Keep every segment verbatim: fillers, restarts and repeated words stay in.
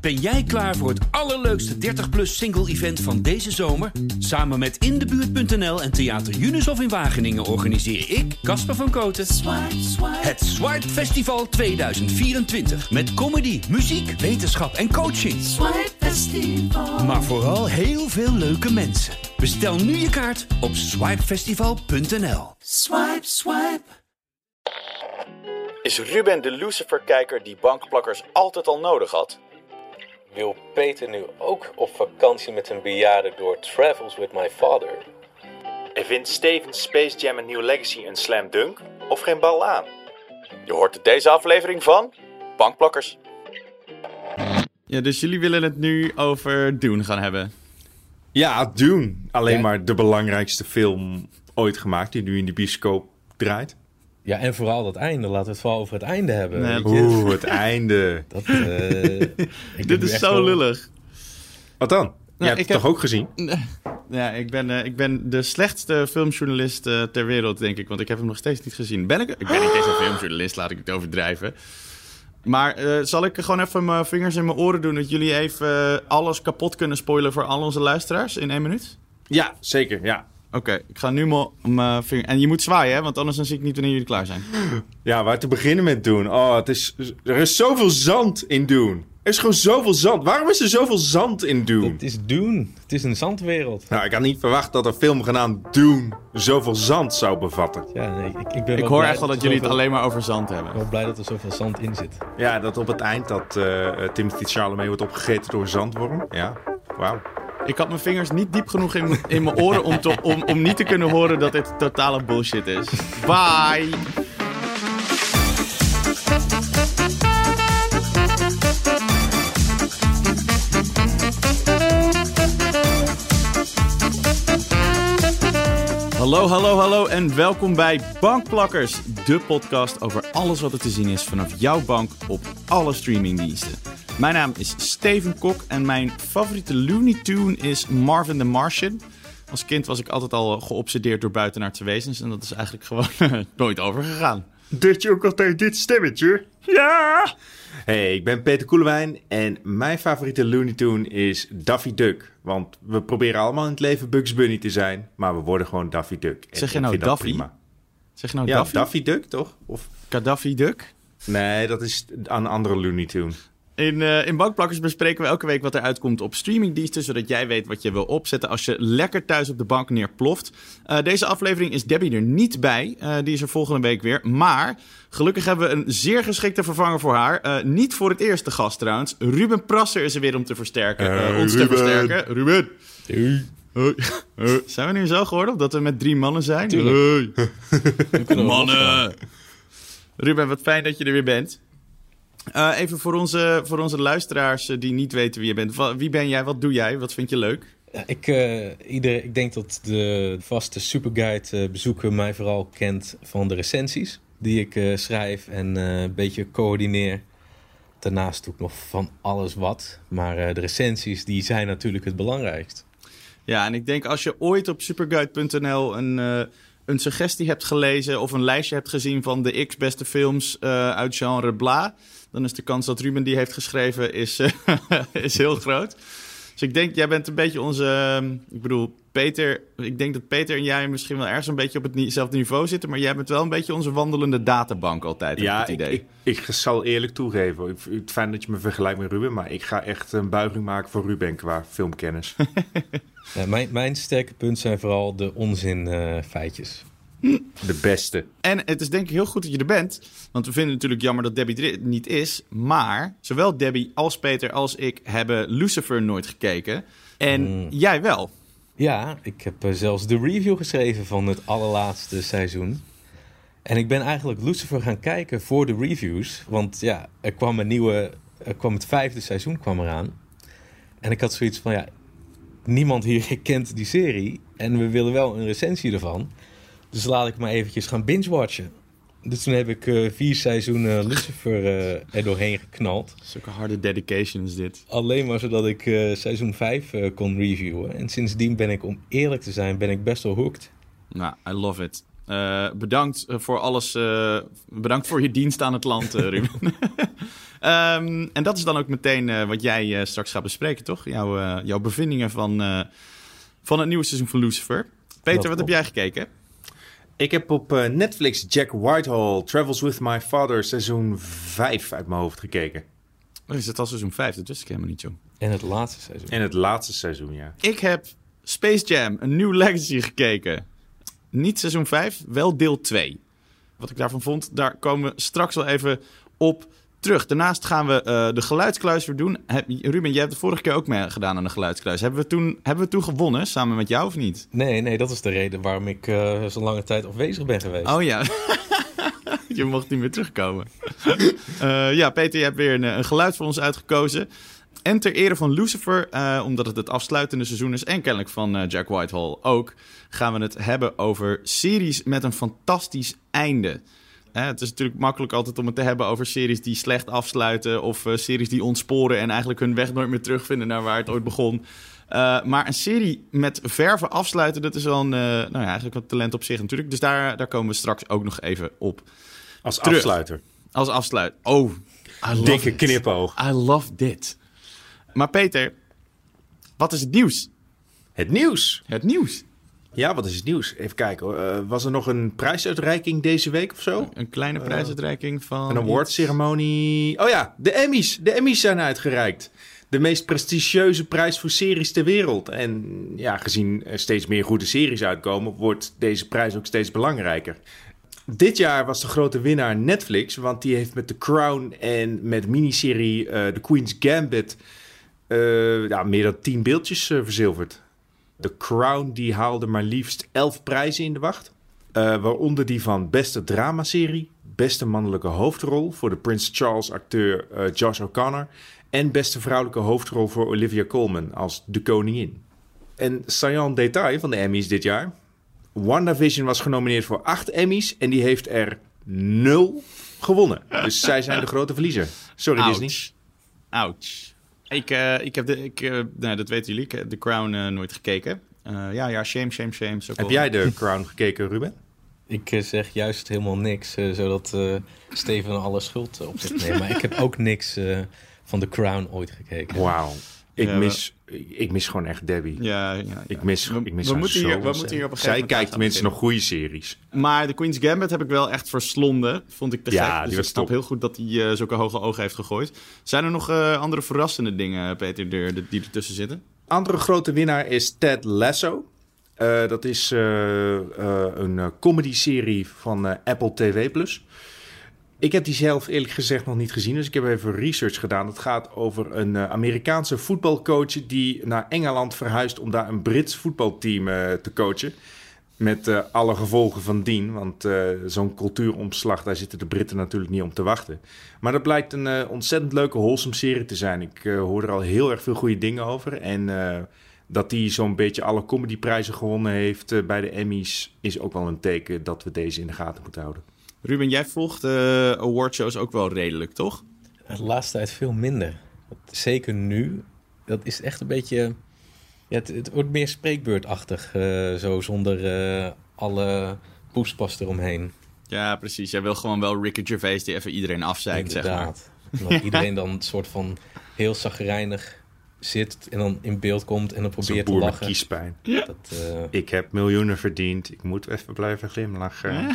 Ben jij klaar voor het allerleukste dertig plus single-event van deze zomer? Samen met In de Buurt punt n l en Theater Unisof in Wageningen organiseer ik, Casper van Koten, Swipe, Swipe. Het Swipe Festival tweeduizend vierentwintig. Met comedy, muziek, wetenschap en coaching. Swipe Festival. Maar vooral heel veel leuke mensen. Bestel nu je kaart op swipe festival punt n l. Swipe, swipe. Is Ruben de Lucifer-kijker die bankplakkers altijd al nodig had? Wil Peter nu ook op vakantie met een bejaarde door Travels with My Father? En vindt Steven Space Jam A New Legacy een slam dunk of geen bal aan? Je hoort het deze aflevering van Bankplakkers. Ja, dus jullie willen het nu over Dune gaan hebben? Ja, Dune. Alleen Ja. maar de belangrijkste film ooit gemaakt die nu in de bioscoop draait. Ja, en vooral dat einde. Laten we het vooral over het einde hebben. Nee, weet je? Oeh, het einde. Dat, eh, ik heb Dit nu is echt zo wel- lullig. Wat dan? Je hebt ik het heb- toch ook gezien? Ja, ik ben, uh, ik ben de slechtste filmjournalist uh, ter wereld, denk ik. Want ik heb hem nog steeds niet gezien. Ben ik? Ik ben niet eens een filmjournalist, laat ik het overdrijven. Maar uh, zal ik gewoon even mijn vingers in mijn oren doen... dat jullie even uh, alles kapot kunnen spoilen voor al onze luisteraars in één minuut? Ja, zeker, ja. Oké, okay, ik ga nu mijn vinger... En je moet zwaaien, hè? Want anders dan zie ik niet wanneer jullie klaar zijn. Ja, waar te beginnen met Dune. Oh, het is, er is zoveel zand in Dune. Er is gewoon zoveel zand. Waarom is er zoveel zand in Dune? Het is Dune. Het is een zandwereld. Nou, ik had niet verwacht dat een film genaamd Dune zoveel zand zou bevatten. Ja, nee, ik, ik ben Ik wel hoor blij echt wel dat er jullie het zoveel- alleen maar over zand hebben. Ik ben wel blij dat er zoveel zand in zit. Ja, dat op het eind dat uh, Timothée Chalamet wordt opgegeten door een zandworm. Ja, wauw. Ik had mijn vingers niet diep genoeg in, in mijn oren om, te, om, om niet te kunnen horen dat dit totale bullshit is. Bye! Hallo, hallo, hallo en welkom bij Bankplakkers, de podcast over alles wat er te zien is vanaf jouw bank op alle streamingdiensten. Mijn naam is Steven Kok en mijn favoriete Looney Tune is Marvin the Martian. Als kind was ik altijd al geobsedeerd door buitenaardse wezens en dat is eigenlijk gewoon nooit overgegaan. Deed je ook altijd dit stemmetje? Ja! Hey, ik ben Peter Koelewijn en mijn favoriete Looney Tune is Daffy Duck. Want we proberen allemaal in het leven Bugs Bunny te zijn, maar we worden gewoon Daffy Duck. En Zeg je ik nou vind dat Daffy? prima. Zeg je nou Ja, Daffy? Daffy Duck toch? Of... Gaddafi Duck? Nee, dat is een andere Looney Tune. In, uh, in Bankplakkers bespreken we elke week wat er uitkomt op streamingdiensten, zodat jij weet wat je wil opzetten als je lekker thuis op de bank neerploft. Uh, deze aflevering is Debbie er niet bij. Uh, die is er volgende week weer. Maar gelukkig hebben we een zeer geschikte vervanger voor haar. Uh, niet voor het eerste gast trouwens. Ruben Prasser is er weer om te versterken. Uh, Uh, ons Ruben. te versterken. Ruben. Hey. Hey. Hey. Zijn we nu zo geworden? Of dat we met drie mannen zijn? Tuurlijk. Hey. We kunnen wel Mannen. losgaan. Ruben, wat fijn dat je er weer bent. Uh, even voor onze, voor onze luisteraars uh, die niet weten wie je bent. Wa- wie ben jij? Wat doe jij? Wat vind je leuk? Ja, ik, uh, ieder, ik denk dat de vaste Superguide uh, bezoeker mij vooral kent van de recensies. Die ik uh, schrijf en uh, een beetje coördineer. Daarnaast doe ik nog van alles wat. Maar uh, de recensies die zijn natuurlijk het belangrijkst. Ja, en ik denk als je ooit op superguide punt n l een, uh, een suggestie hebt gelezen of een lijstje hebt gezien van de x beste films uh, uit genre bla, dan is de kans dat Ruben die heeft geschreven is, uh, is heel groot. Dus ik denk, jij bent een beetje onze... Uh, ik bedoel, Peter... Ik denk dat Peter en jij misschien wel ergens een beetje op hetzelfde niveau zitten, maar jij bent wel een beetje onze wandelende databank altijd, heb ik Ja, het ik, idee. ik, ik zal eerlijk toegeven. Ik vind het fijn dat je me vergelijkt met Ruben, maar ik ga echt een buiging maken voor Ruben qua filmkennis. Ja, mijn, mijn sterke punt zijn vooral de onzin uh, feitjes. De beste. En het is denk ik heel goed dat je er bent. Want we vinden het natuurlijk jammer dat Debbie er niet is. Maar zowel Debbie als Peter als ik hebben Lucifer nooit gekeken. En Mm. jij wel. Ja, ik heb uh, zelfs de review geschreven van het allerlaatste seizoen. En ik ben eigenlijk Lucifer gaan kijken voor de reviews. Want ja, er kwam een nieuwe... Er kwam het vijfde seizoen kwam eraan. En ik had zoiets van, ja... Niemand hier kent die serie. En we willen wel een recensie ervan. Dus laat ik maar eventjes gaan binge-watchen. Dus toen heb ik uh, vier seizoenen Lucifer uh, er doorheen geknald. Zulke harde dedication is dit. Alleen maar zodat ik uh, seizoen vijf uh, kon reviewen. En sindsdien ben ik, om eerlijk te zijn, ben ik best wel hooked. Nou, I love it. Uh, bedankt voor alles. Uh, bedankt voor je dienst aan het land, uh, Ruben. Um, en dat is dan ook meteen uh, wat jij uh, straks gaat bespreken, toch? Jouw, uh, jouw bevindingen van, uh, van het nieuwe seizoen van Lucifer. Peter, wat heb jij gekeken? Ik heb op uh, Netflix Jack Whitehall, Travels with My Father, seizoen vijf uit mijn hoofd gekeken. Oh, is het al seizoen vijf? Dat wist ik helemaal niet, zo. En het laatste seizoen. En het laatste seizoen, ja. Ik heb Space Jam, een New Legacy gekeken. Niet seizoen vijf, wel deel twee. Wat ik daarvan vond, daar komen we straks wel even op terug. Daarnaast gaan we uh, de geluidskluis weer doen. Heb, Ruben, jij hebt de vorige keer ook mee gedaan aan de geluidskluis. Hebben we toen, hebben we toen gewonnen, samen met jou of niet? Nee, nee, dat is de reden waarom ik uh, zo lange tijd afwezig ben geweest. Oh ja, je mocht niet meer terugkomen. uh, ja, Peter, je hebt weer een, een geluid voor ons uitgekozen. En ter ere van Lucifer, uh, omdat het het afsluitende seizoen is... en kennelijk van uh, Jack Whitehall ook... gaan we het hebben over series met een fantastisch einde. Uh, het is natuurlijk makkelijk altijd om het te hebben over series die slecht afsluiten... of uh, series die ontsporen en eigenlijk hun weg nooit meer terugvinden... naar waar het ooit begon. Uh, maar een serie met verven afsluiten, dat is wel een, uh, nou ja, eigenlijk een talent op zich natuurlijk. Dus daar, daar komen we straks ook nog even op Als terug. afsluiter. Als afsluit. Oh, I love Dikke it. knipoog. I love dit. Maar Peter, wat is het nieuws? Het nieuws. Het nieuws. Ja, wat is het nieuws? Even kijken hoor. Uh, was er nog een prijsuitreiking deze week of zo? Een kleine prijsuitreiking van... Een awardceremonie. Oh ja, de Emmys. De Emmys zijn uitgereikt. De meest prestigieuze prijs voor series ter wereld. En ja, gezien er steeds meer goede series uitkomen... wordt deze prijs ook steeds belangrijker. Dit jaar was de grote winnaar Netflix... want die heeft met The Crown en met miniserie uh, The Queen's Gambit... Uh, ja, meer dan tien beeldjes uh, verzilverd. The Crown die haalde maar liefst elf prijzen in de wacht. Uh, waaronder die van beste dramaserie... beste mannelijke hoofdrol voor de Prince Charles acteur uh, Josh O'Connor... en beste vrouwelijke hoofdrol voor Olivia Colman als de koningin. En saillant detail van de Emmys dit jaar... WandaVision was genomineerd voor acht Emmys... en die heeft er nul gewonnen. Dus zij zijn de grote verliezer. Sorry Ouch. Disney. Ouch. Ik, uh, ik heb de... Ik, uh, nou, dat weten jullie. Ik heb The Crown uh, nooit gekeken. Uh, ja, ja, shame, shame, shame. Zo Heb jij de Crown gekeken, Ruben? Ik uh, zeg juist helemaal niks, uh, zodat uh, Steven alle schuld uh, op zich neemt. Maar ik heb ook niks uh, van The Crown ooit gekeken. Wauw. Ik, Ja, mis, ik mis gewoon echt Debbie. Ja, ja, ja. Ik mis, We- ik mis we haar moeten zo hier- we ontzettend. moeten hier op een gegeven Zij moment aan kijkt gaan tenminste nog beginnen. goede series. Maar The Queen's Gambit heb ik wel echt verslonden. Vond ik te Ja, gek. die Dus was ik snap top. heel goed dat hij uh, zulke hoge ogen heeft gegooid. Zijn er nog uh, andere verrassende dingen, Peter, die, die ertussen zitten? Andere grote winnaar is Ted Lasso. Uh, dat is uh, uh, een uh, comedy-serie van uh, Apple T V plus. Ik heb die zelf eerlijk gezegd nog niet gezien, dus ik heb even research gedaan. Het gaat over een uh, Amerikaanse voetbalcoach die naar Engeland verhuist om daar een Brits voetbalteam uh, te coachen. Met uh, alle gevolgen van dien, want uh, zo'n cultuuromslag, daar zitten de Britten natuurlijk niet om te wachten. Maar dat blijkt een uh, ontzettend leuke, wholesome serie te zijn. Ik uh, hoor er al heel erg veel goede dingen over. En uh, dat die zo'n beetje alle comedyprijzen gewonnen heeft uh, bij de Emmys, is ook wel een teken dat we deze in de gaten moeten houden. Ruben, jij volgt uh, awardshows ook wel redelijk, toch? De laatste tijd veel minder. Zeker nu. Dat is echt een beetje... Ja, het, het wordt meer spreekbeurtachtig. Uh, zo zonder uh, alle poespas eromheen. Ja, precies. Jij wil gewoon wel Ricky Gervais die even iedereen afzeikt, zeg maar. Inderdaad. En dat iedereen dan een soort van heel chagrijnig zit en dan in beeld komt en dan Zo'n probeert te boer met lachen. kiespijn. Dat, uh, Ik heb miljoenen verdiend. Ik moet even blijven glimlachen.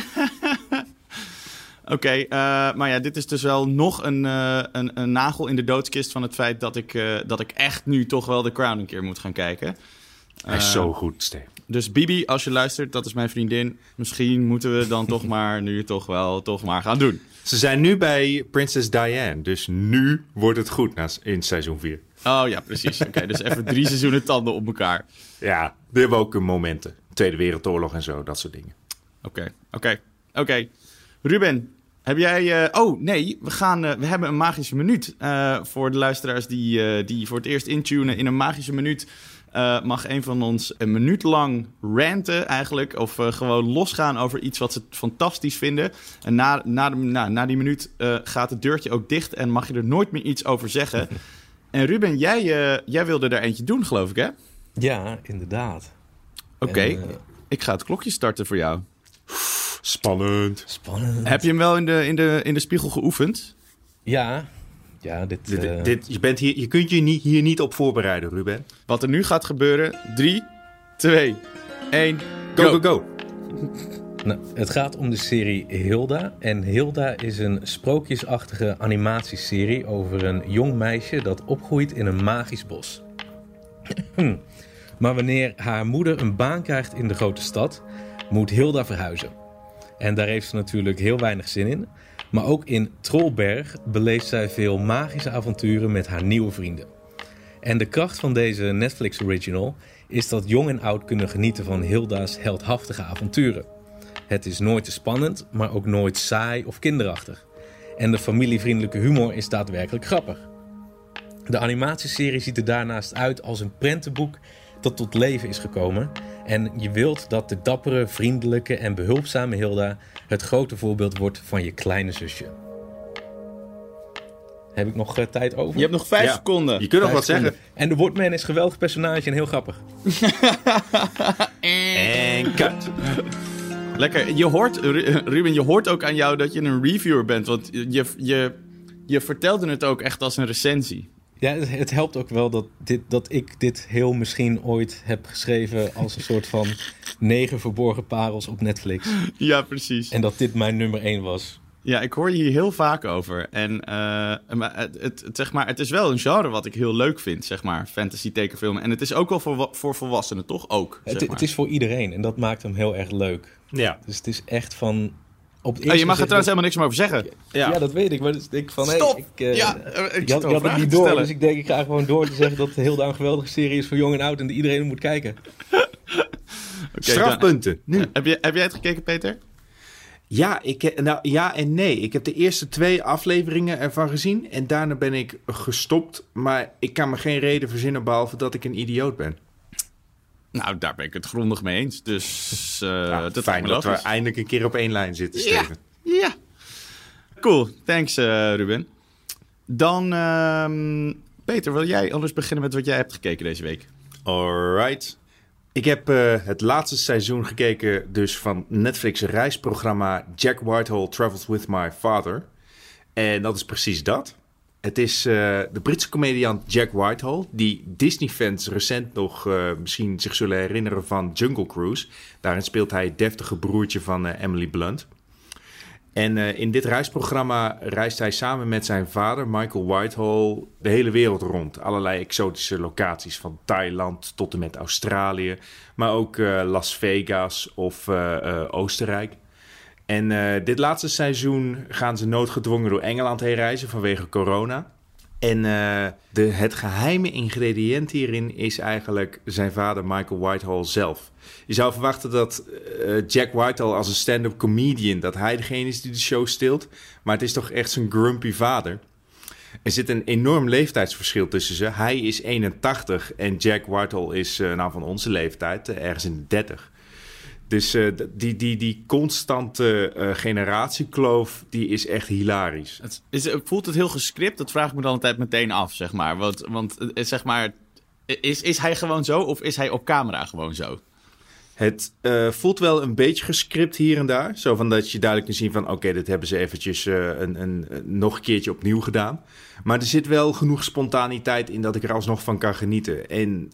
Oké, okay, uh, maar ja, dit is dus wel nog een, uh, een, een nagel in de doodskist van het feit dat ik, uh, dat ik echt nu toch wel The Crown een keer moet gaan kijken. Hij is Uh, zo goed, Steve. Dus Bibi, als je luistert, dat is mijn vriendin. Misschien moeten we dan toch maar nu toch wel toch maar gaan doen. Ze zijn nu bij Princess Diane, dus nu wordt het goed na, in seizoen vier. Oh ja, precies. Oké, okay, dus even drie seizoenen tanden op elkaar. Ja, we hebben ook momenten. Tweede Wereldoorlog en zo, dat soort dingen. Oké, okay, oké, okay, oké. Okay. Ruben, heb jij... Uh, oh, nee, we, gaan, uh, we hebben een magische minuut. Uh, voor de luisteraars die, uh, die voor het eerst intunen. In een magische minuut uh, mag een van ons een minuut lang ranten eigenlijk. Of uh, gewoon losgaan over iets wat ze fantastisch vinden. En na, na, de, na, na die minuut uh, gaat het deurtje ook dicht en mag je er nooit meer iets over zeggen. En Ruben, jij, uh, jij wilde er eentje doen, geloof ik, hè? ja, inderdaad. Oké, okay, uh, ik ga het klokje starten voor jou. Spannend. Spannend. Heb je hem wel in de, in de, in de spiegel geoefend? Ja, Ja, dit... Dit, Uh... dit, je, bent hier, je kunt je niet, hier niet op voorbereiden, Ruben. Wat er nu gaat gebeuren. drie, twee, één, go, go, go. Nou, het gaat om de serie Hilda. En Hilda is een sprookjesachtige animatieserie over een jong meisje dat opgroeit in een magisch bos. Maar wanneer haar moeder een baan krijgt in de grote stad, moet Hilda verhuizen. En daar heeft ze natuurlijk heel weinig zin in. Maar ook in Trollberg beleeft zij veel magische avonturen met haar nieuwe vrienden. En de kracht van deze Netflix original is dat jong en oud kunnen genieten van Hilda's heldhaftige avonturen. Het is nooit te spannend, maar ook nooit saai of kinderachtig. En de familievriendelijke humor is daadwerkelijk grappig. De animatieserie ziet er daarnaast uit als een prentenboek dat tot leven is gekomen. En je wilt dat de dappere, vriendelijke en behulpzame Hilda het grote voorbeeld wordt van je kleine zusje. Heb ik nog uh, tijd over? Je hebt nog vijf Ja. seconden. Je kunt nog Vijf wat seconden. zeggen. En de Woodman is een geweldig personage en heel grappig. En cut. Lekker. Je hoort, Ru- Ruben, je hoort ook aan jou dat je een reviewer bent. Want je, je, je vertelde het ook echt als een recensie. Ja, het, het helpt ook wel dat, dit, dat ik dit heel misschien ooit heb geschreven als een soort van negen verborgen parels op Netflix. Ja, precies. En dat dit mijn nummer één was. Ja, ik hoor je hier heel vaak over. En uh, maar het, het, het, zeg maar, het is wel een genre wat ik heel leuk vind, zeg maar. Fantasy tekenfilmen. En het is ook wel voor, voor volwassenen, toch? Ook, Het, zeg maar. het is voor iedereen en dat maakt hem heel erg leuk. Ja. Dus het is echt van... Op het Oh, je mag er gezicht trouwens helemaal niks meer over zeggen. Ja. Ja. dat weet ik. Maar dus denk ik van... Stop! Hey, ik, uh, Ja, uh, ik je had, zit je wel had het vragen niet te door, stellen. dus ik denk ik ga gewoon door te zeggen dat Hilda een geweldige serie is voor jong en oud en dat iedereen moet kijken. Okay, Strafpunten. Nu. dan- heb, je, heb jij het gekeken, Peter? Ja, ik, nou, ja en nee. Ik heb de eerste twee afleveringen ervan gezien. En daarna ben ik gestopt. Maar ik kan me geen reden verzinnen behalve dat ik een idioot ben. Nou, daar ben ik het grondig mee eens. Dus uh, Nou, dat fijn lijkt me dat we logisch. eindelijk een keer op één lijn zitten, Steven. Ja. Cool. Thanks, uh, Ruben. Dan, uh, Peter, wil jij anders beginnen met wat jij hebt gekeken deze week? Alright. Ik heb uh, het laatste seizoen gekeken dus van Netflix reisprogramma Jack Whitehall Travels With My Father. En dat is precies dat. Het is uh, de Britse comediant Jack Whitehall, die Disney-fans recent nog uh, misschien zich zullen herinneren van Jungle Cruise. Daarin speelt hij het deftige broertje van uh, Emily Blunt. En uh, in dit reisprogramma reist hij samen met zijn vader, Michael Whitehall, de hele wereld rond. Allerlei exotische locaties, van Thailand tot en met Australië. Maar ook uh, Las Vegas of uh, uh, Oostenrijk. En uh, dit laatste seizoen gaan ze noodgedwongen door Engeland heen reizen vanwege corona. En uh, de, het geheime ingrediënt hierin is eigenlijk zijn vader Michael Whitehall zelf. Je zou verwachten dat uh, Jack Whitehall als een stand-up comedian, dat hij degene is die de show stilt. Maar het is toch echt zijn grumpy vader. Er zit een enorm leeftijdsverschil tussen ze. Hij is eenentachtig en Jack Whitehall is uh, nou, van onze leeftijd, uh, ergens in de dertig. Dus uh, die, die, die constante uh, generatiekloof, die is echt hilarisch. Het is, voelt het heel gescript? Dat vraag ik me dan altijd meteen af, zeg maar. Want, want uh, zeg maar, is, is hij gewoon zo of is hij op camera gewoon zo? Het uh, voelt wel een beetje gescript hier en daar. Zo van dat je duidelijk kan zien van... oké, okay, dit hebben ze eventjes uh, een, een, een, nog een keertje opnieuw gedaan. Maar er zit wel genoeg spontaniteit in dat ik er alsnog van kan genieten. En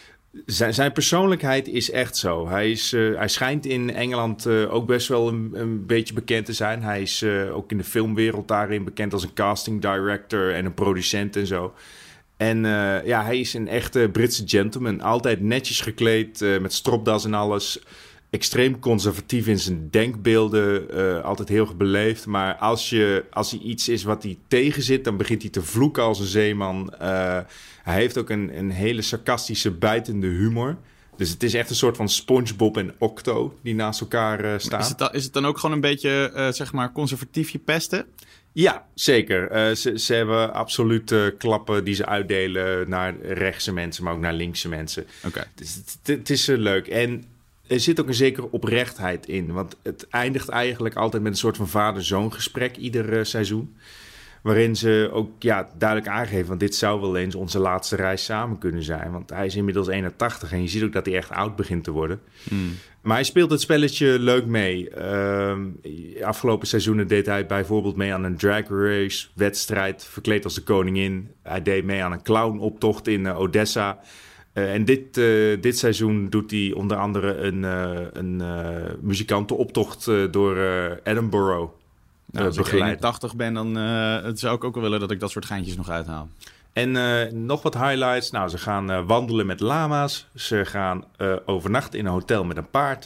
zijn, zijn persoonlijkheid is echt zo. Hij, is, uh, hij schijnt in Engeland uh, ook best wel een, een beetje bekend te zijn. Hij is uh, ook in de filmwereld daarin bekend als een casting director en een producent en zo. En uh, ja, hij is een echte Britse gentleman. Altijd netjes gekleed, uh, met stropdas en alles. Extreem conservatief in zijn denkbeelden. Uh, altijd heel erg beleefd. Maar als, je, als hij iets is wat hij tegenzit, dan begint hij te vloeken als een zeeman. Uh, hij heeft ook een, een hele sarcastische, bijtende humor. Dus het is echt een soort van SpongeBob en Octo die naast elkaar uh, staan. Is het, dan, is het dan ook gewoon een beetje, uh, zeg maar, conservatief je pesten? Ja, zeker. Uh, ze, ze hebben absoluut uh, klappen die ze uitdelen naar rechtse mensen, maar ook naar linkse mensen. Oké. Okay. Dus het, het, het is uh, leuk. En er zit ook een zekere oprechtheid in. Want het eindigt eigenlijk altijd met een soort van vader-zoon gesprek ieder uh, seizoen. Waarin ze ook ja, duidelijk aangeven, want dit zou wel eens onze laatste reis samen kunnen zijn. Want hij is inmiddels eenentachtig en je ziet ook dat hij echt oud begint te worden. Mm. Maar hij speelt het spelletje leuk mee. Uh, afgelopen seizoenen deed hij bijvoorbeeld mee aan een drag race wedstrijd, verkleed als de koningin. Hij deed mee aan een clownoptocht in uh, Odessa. Uh, en dit, uh, dit seizoen doet hij onder andere een, uh, een uh, muzikantenoptocht uh, door uh, Edinburgh. Nou, als ik eenentachtig ben, dan uh, zou ik ook wel willen dat ik dat soort geintjes nog uithaal. En uh, nog wat highlights. Nou, ze gaan uh, wandelen met lama's. Ze gaan uh, overnachten in een hotel met een paard.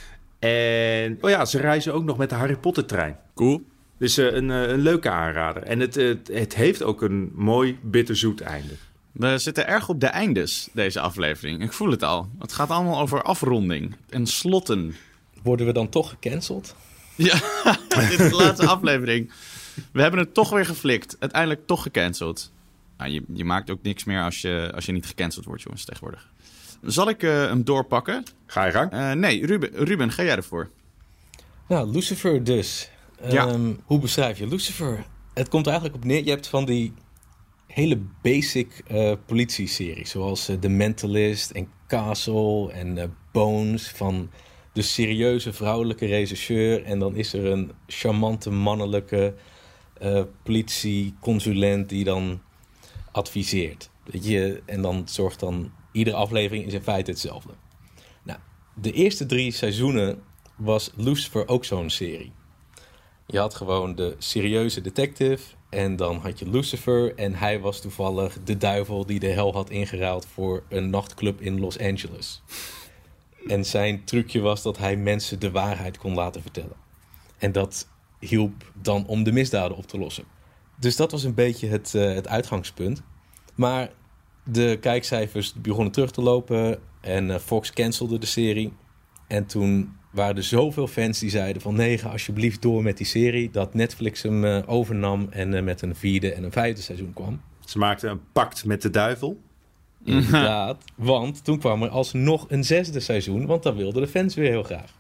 En oh ja, ze reizen ook nog met de Harry Potter trein. Cool. Dus uh, een, uh, een leuke aanrader. En het, het, het heeft ook een mooi bitterzoet einde. We zitten erg op de eindes, deze aflevering. Ik voel het al. Het gaat allemaal over afronding en slotten. Worden we dan toch gecanceld? Ja, dit is de laatste aflevering. We hebben het toch weer geflikt. Uiteindelijk toch gecanceld. Nou, je, je maakt ook niks meer als je, als je niet gecanceld wordt, jongens, tegenwoordig. Zal ik uh, hem doorpakken? Ga je gang? Uh, nee, Ruben, Ruben, ga jij ervoor? Nou, Lucifer dus. Ja. Um, hoe beschrijf je Lucifer? Het komt er eigenlijk op neer. Je hebt van die hele basic uh, politie-series. Zoals uh, The Mentalist en Castle en uh, Bones van de serieuze vrouwelijke rechercheur. En dan is er een charmante mannelijke uh, politieconsulent die dan adviseert. Weet je? En dan zorgt dan... Iedere aflevering is in feite hetzelfde. Nou, de eerste drie seizoenen was Lucifer ook zo'n serie. Je had gewoon de serieuze detective en dan had je Lucifer en hij was toevallig de duivel die de hel had ingeruild voor een nachtclub in Los Angeles. En zijn trucje was dat hij mensen de waarheid kon laten vertellen. En dat hielp dan om de misdaden op te lossen. Dus dat was een beetje het, uh, het uitgangspunt. Maar de kijkcijfers begonnen terug te lopen en uh, Fox cancelde de serie. En toen waren er zoveel fans die zeiden van nee, ga alsjeblieft door met die serie, dat Netflix hem uh, overnam en uh, met een vierde en een vijfde seizoen kwam. Ze maakten een pact met de duivel. Inderdaad, want toen kwam er alsnog een zesde seizoen, want dat wilden de fans weer heel graag.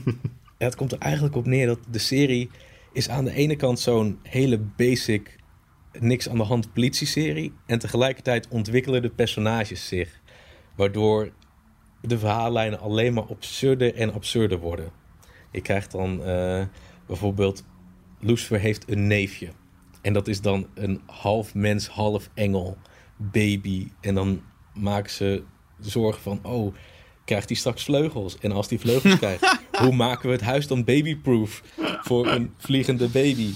Ja, het komt er eigenlijk op neer dat de serie is aan de ene kant zo'n hele basic, niks aan de hand politieserie. En tegelijkertijd ontwikkelen de personages zich, waardoor de verhaallijnen alleen maar absurder en absurder worden. Je krijgt dan uh, bijvoorbeeld, Lucifer heeft een neefje. En dat is dan een half mens, half engel baby. En dan maken ze zorgen van, oh, krijgt hij straks vleugels? En als hij vleugels krijgt, hoe maken we het huis dan babyproof voor een vliegende baby?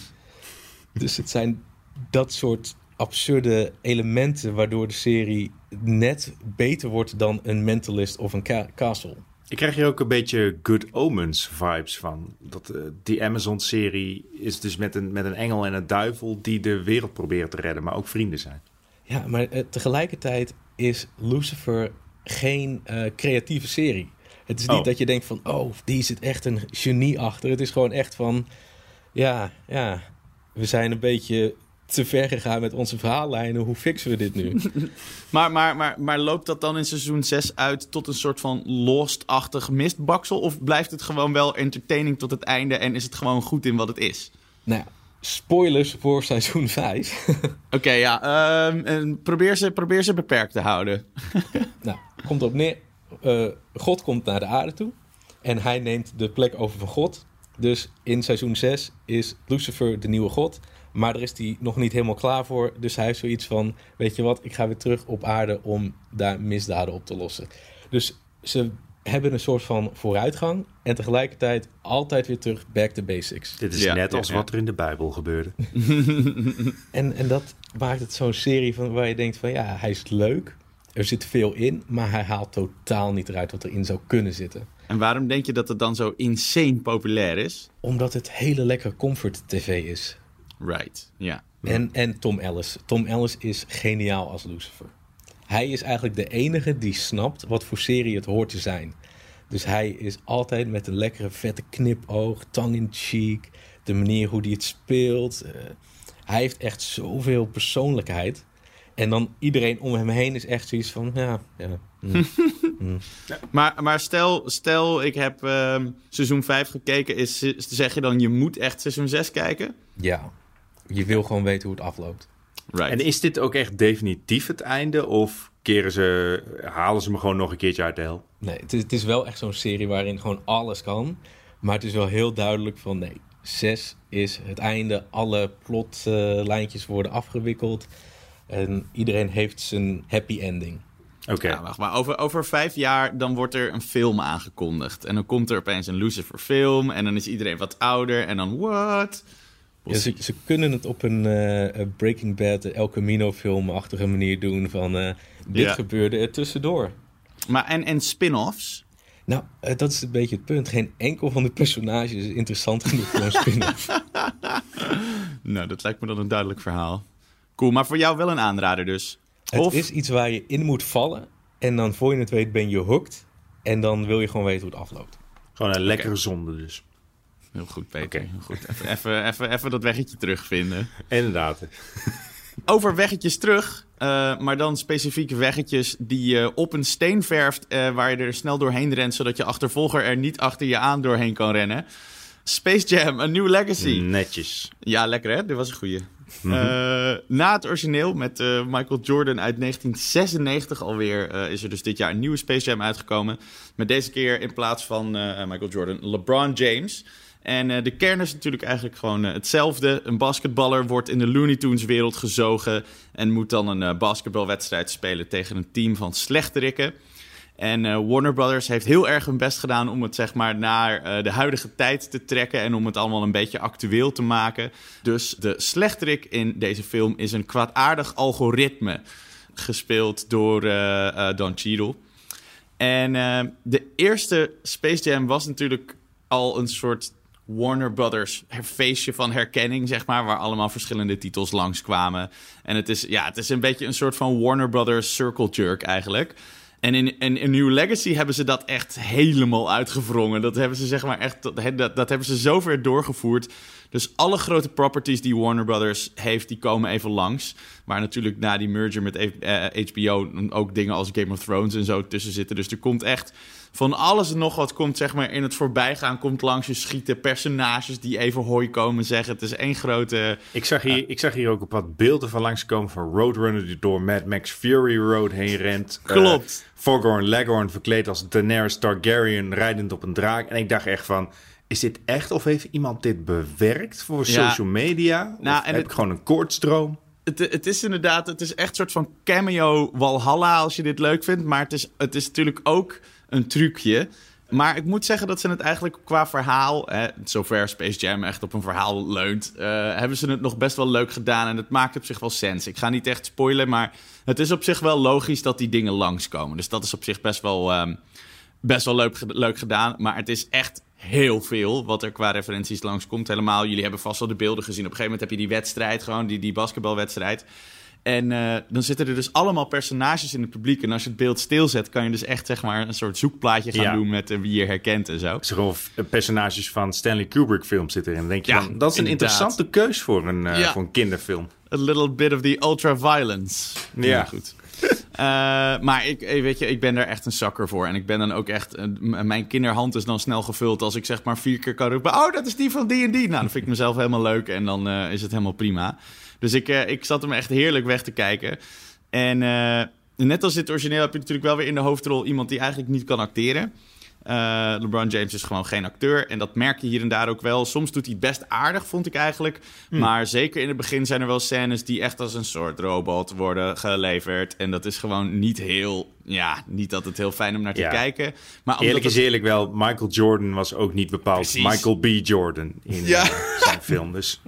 Dus het zijn dat soort absurde elementen waardoor de serie net beter wordt dan een Mentalist of een ca- Castle. Ik krijg hier ook een beetje Good Omens vibes van. Dat, uh, die Amazon-serie is dus met een, met een engel en een duivel die de wereld proberen te redden, maar ook vrienden zijn. Ja, maar uh, tegelijkertijd is Lucifer geen uh, creatieve serie. Het is niet oh. dat je denkt van, oh, die zit echt een genie achter. Het is gewoon echt van, ja, ja, we zijn een beetje te ver gegaan met onze verhaallijnen. Hoe fixen we dit nu? maar, maar, maar, maar loopt dat dan in seizoen zes uit tot een soort van Lost-achtig mistbaksel? Of blijft het gewoon wel entertaining tot het einde en is het gewoon goed in wat het is? Nou, spoilers voor seizoen vijf. Oké, okay, ja. Um, probeer, ze, probeer ze beperkt te houden. Okay, nou, komt op neer. Uh, God komt naar de aarde toe. En hij neemt de plek over van God. Dus in seizoen zes is Lucifer de nieuwe God. Maar daar is hij nog niet helemaal klaar voor. Dus hij heeft zoiets van, weet je wat, ik ga weer terug op aarde om daar misdaden op te lossen. Dus ze hebben een soort van vooruitgang. En tegelijkertijd altijd weer terug back to basics. Dit is ja, net als ja, wat ja. er in de Bijbel gebeurde. en, en dat maakt het zo'n serie van waar je denkt van, ja, hij is leuk. Er zit veel in, maar hij haalt totaal niet eruit wat erin zou kunnen zitten. En waarom denk je dat het dan zo insane populair is? Omdat het hele lekker comfort tv is. Right, ja. Yeah. En, en Tom Ellis. Tom Ellis is geniaal als Lucifer. Hij is eigenlijk de enige die snapt wat voor serie het hoort te zijn. Dus hij is altijd met een lekkere vette knipoog, tongue-in-cheek, de manier hoe hij het speelt. Uh, hij heeft echt zoveel persoonlijkheid. En dan iedereen om hem heen is echt zoiets van, ja, ja. Mm, mm. Maar, maar stel, stel, ik heb uh, seizoen vijf gekeken, is, zeg je dan, je moet echt seizoen zes kijken? Ja. je wil gewoon weten hoe het afloopt. Right. En is dit ook echt definitief het einde? Of keren ze, halen ze me gewoon nog een keertje uit de hel? Nee, het is, het is wel echt zo'n serie waarin gewoon alles kan. Maar het is wel heel duidelijk van nee, zes is het einde. Alle plotlijntjes uh, worden afgewikkeld. En iedereen heeft zijn happy ending. Oké. Okay. Ja, wacht maar. Over, over vijf jaar dan wordt er een film aangekondigd. En dan komt er opeens een Lucifer film. En dan is iedereen wat ouder. En dan what? Ja, ze, ze kunnen het op een uh, Breaking Bad, El Camino film-achtige manier doen. Van uh, dit ja. gebeurde er tussendoor. Maar en, en spin-offs? Nou, uh, dat is een beetje het punt. Geen enkel van de personages is interessant genoeg voor een spin-off. Nou, dat lijkt me dan een duidelijk verhaal. Cool, maar voor jou wel een aanrader dus. Het of... is iets waar je in moet vallen. En dan voor je het weet ben je hooked. En dan wil je gewoon weten hoe het afloopt. Gewoon een lekkere okay. zonde dus. Heel goed, Peter. Okay. Heel goed. Even, even, even, even dat weggetje terugvinden. Inderdaad. Over weggetjes terug, uh, maar dan specifiek weggetjes die je op een steen verft, uh, waar je er snel doorheen rent, zodat je achtervolger er niet achter je aan doorheen kan rennen. Space Jam, A New Legacy. Netjes. Ja, lekker hè? Dit was een goeie. Mm-hmm. Uh, na het origineel met uh, Michael Jordan uit negentien zesennegentig alweer uh, is er dus dit jaar een nieuwe Space Jam uitgekomen. Met deze keer in plaats van uh, Michael Jordan, LeBron James. En uh, de kern is natuurlijk eigenlijk gewoon uh, hetzelfde. Een basketballer wordt in de Looney Tunes wereld gezogen en moet dan een uh, basketbalwedstrijd spelen tegen een team van slechterikken. En uh, Warner Brothers heeft heel erg hun best gedaan om het zeg maar naar uh, de huidige tijd te trekken en om het allemaal een beetje actueel te maken. Dus de slechterik in deze film is een kwaadaardig algoritme, gespeeld door uh, uh, Don Cheadle. En uh, de eerste Space Jam was natuurlijk al een soort Warner Brothers feestje van herkenning, zeg maar, waar allemaal verschillende titels langskwamen. En het is, ja, het is een beetje een soort van Warner Brothers circle jerk eigenlijk. En in, in, in New Legacy hebben ze dat echt helemaal uitgewrongen. Dat hebben ze zeg maar echt, dat, dat, dat hebben ze zo ver doorgevoerd. Dus alle grote properties die Warner Brothers heeft, die komen even langs. Waar natuurlijk na die merger met H B O ook dingen als Game of Thrones en zo tussen zitten. Dus er komt echt van alles en nog wat komt zeg maar in het voorbijgaan, komt langs je schieten. Personages die even hoi komen zeggen. Het is één grote... Ik zag hier, uh, ik zag hier ook op wat beelden van langskomen van Roadrunner die door Mad Max Fury Road heen rent. Klopt. Uh, Foghorn Leghorn verkleed als Daenerys Targaryen rijdend op een draak. En ik dacht echt van, is dit echt of heeft iemand dit bewerkt voor ja. social media? Nou, of en heb het, ik gewoon een koortsdroom? Het, het is inderdaad, het is echt een soort van cameo Walhalla als je dit leuk vindt. Maar het is, het is natuurlijk ook een trucje. Maar ik moet zeggen dat ze het eigenlijk qua verhaal, hè, zover Space Jam echt op een verhaal leunt, uh, hebben ze het nog best wel leuk gedaan. En het maakt op zich wel sens. Ik ga niet echt spoilen, maar het is op zich wel logisch dat die dingen langskomen. Dus dat is op zich best wel, um, best wel leuk, leuk gedaan. Maar het is echt heel veel wat er qua referenties langskomt. Helemaal, jullie hebben vast wel de beelden gezien. Op een gegeven moment heb je die wedstrijd, gewoon die, die basketbalwedstrijd. En uh, dan zitten er dus allemaal personages in het publiek. En als je het beeld stilzet, kan je dus echt zeg maar een soort zoekplaatje gaan ja. doen met uh, wie je herkent en zo. Gewoon personages van Stanley Kubrick films zitten erin. Dan denk je ja, van, dat is een inderdaad. interessante keus voor een, uh, ja. voor een kinderfilm. A little bit of the ultra-violence. Ja. ja, goed. uh, maar ik, weet je, ik ben daar echt een zakker voor. En ik ben dan ook echt... Uh, mijn kinderhand is dan snel gevuld als ik zeg maar vier keer kan roepen, oh, dat is die van die en die. Nou, dan vind ik mezelf helemaal leuk en dan uh, is het helemaal prima. Dus ik, uh, ik zat hem echt heerlijk weg te kijken. En uh, net als dit origineel heb je natuurlijk wel weer in de hoofdrol iemand die eigenlijk niet kan acteren. Uh, LeBron James is gewoon geen acteur. En dat merk je hier en daar ook wel. Soms doet hij het best aardig, vond ik eigenlijk. Hmm. Maar zeker in het begin zijn er wel scènes die echt als een soort robot worden geleverd. En dat is gewoon niet heel... Ja, niet dat het heel fijn om naar te ja. kijken. Maar eerlijk is het... eerlijk wel, Michael Jordan was ook niet bepaald Precies. Michael B. Jordan in ja. uh, zijn film. Dus...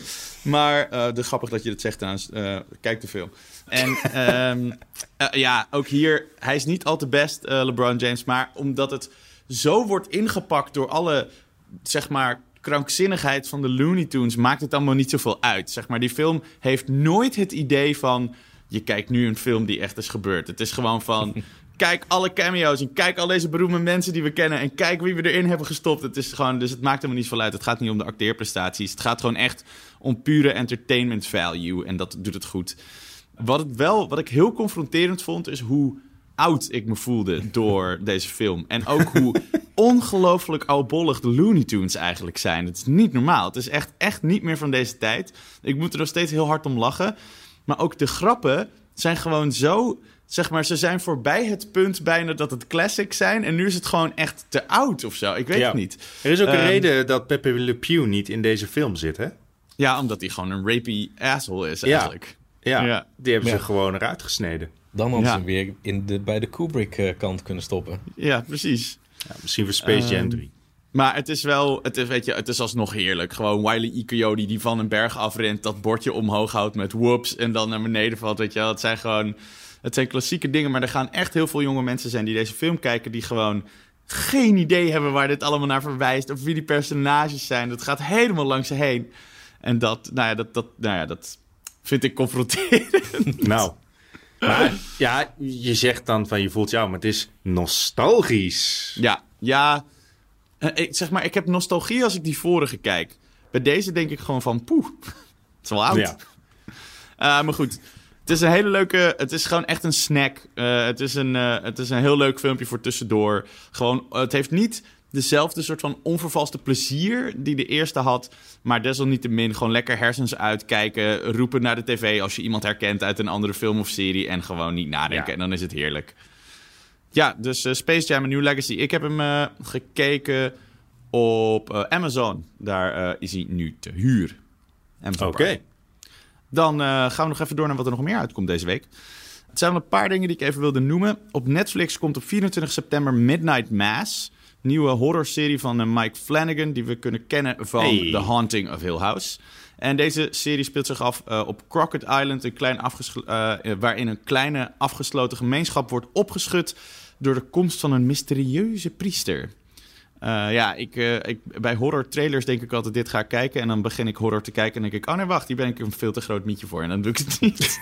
Maar uh, de grappig dat je dat zegt trouwens. Uh, kijk de film. En um, uh, ja, ook hier, hij is niet al te best, uh, LeBron James. Maar omdat het zo wordt ingepakt door alle, zeg maar, krankzinnigheid van de Looney Tunes, maakt het allemaal niet zoveel uit. Zeg maar, die film heeft nooit het idee van, je kijkt nu een film die echt is gebeurd. Het is gewoon van, kijk alle cameo's en kijk al deze beroemde mensen die we kennen en kijk wie we erin hebben gestopt. Het is gewoon, dus het maakt helemaal niet veel uit. Het gaat niet om de acteerprestaties. Het gaat gewoon echt om pure entertainment value en dat doet het goed. Wat, het wel, wat ik heel confronterend vond, is hoe oud ik me voelde door deze film. En ook hoe ongelooflijk oudbollig de Looney Tunes eigenlijk zijn. Het is niet normaal. Het is echt, echt niet meer van deze tijd. Ik moet er nog steeds heel hard om lachen. Maar ook de grappen zijn gewoon zo... Zeg maar, ze zijn voorbij het punt bijna dat het classics zijn. En nu is het gewoon echt te oud of zo. Ik weet ja. het niet. Er is ook een Um, reden dat Pepe Le Pew niet in deze film zit, hè? Ja, omdat hij gewoon een rapey asshole is eigenlijk. Ja, Ja. die hebben ze Ja. gewoon eruit gesneden. Dan hadden ze Ja. hem weer in de, bij de Kubrick-kant kunnen stoppen. Ja, precies. Ja, misschien voor Space Jam Um, drie. Maar het is wel, het is, weet je, het is alsnog heerlijk. Gewoon Wile E. Coyote die van een berg afrent, dat bordje omhoog houdt met whoops en dan naar beneden valt, weet je wel. Het zijn gewoon, het zijn klassieke dingen, maar er gaan echt heel veel jonge mensen zijn die deze film kijken, die gewoon geen idee hebben waar dit allemaal naar verwijst, of wie die personages zijn. Dat gaat helemaal langs ze heen. En dat, nou ja, dat, dat, nou ja, dat vind ik confronterend. Nou, maar ja, je zegt dan van je voelt jou, maar het is nostalgisch. Ja, ja. Eh, Ik, zeg maar, ik heb nostalgie als ik die vorige kijk. Bij deze denk ik gewoon van, poeh, het is wel oud. Ja. Uh, maar goed, het is een hele leuke... Het is gewoon echt een snack. Uh, het, is een, uh, het is een heel leuk filmpje voor tussendoor. Gewoon, uh, het heeft niet dezelfde soort van onvervalste plezier die de eerste had. Maar desalniettemin gewoon lekker hersens uitkijken. Roepen naar de tv als je iemand herkent uit een andere film of serie. En gewoon niet nadenken. Ja. En dan is het heerlijk. Ja, dus uh, Space Jam: A New Legacy. Ik heb hem uh, gekeken op uh, Amazon. Daar uh, is hij nu te huur. Oké. Okay. Dan uh, gaan we nog even door naar wat er nog meer uitkomt deze week. Het zijn wel een paar dingen die ik even wilde noemen. Op Netflix komt op vierentwintig september Midnight Mass. Nieuwe horrorserie van uh, Mike Flanagan, die we kunnen kennen van Hey. The Haunting of Hill House. En deze serie speelt zich af uh, op Crockett Island, een klein afgeslo- uh, waarin een kleine afgesloten gemeenschap wordt opgeschud door de komst van een mysterieuze priester. Uh, ja, ik, uh, ik, bij horror trailers denk ik altijd, dit ga ik kijken. En dan begin ik horror te kijken en denk ik, oh nee, wacht, hier ben ik een veel te groot mietje voor. En dan doe ik het niet.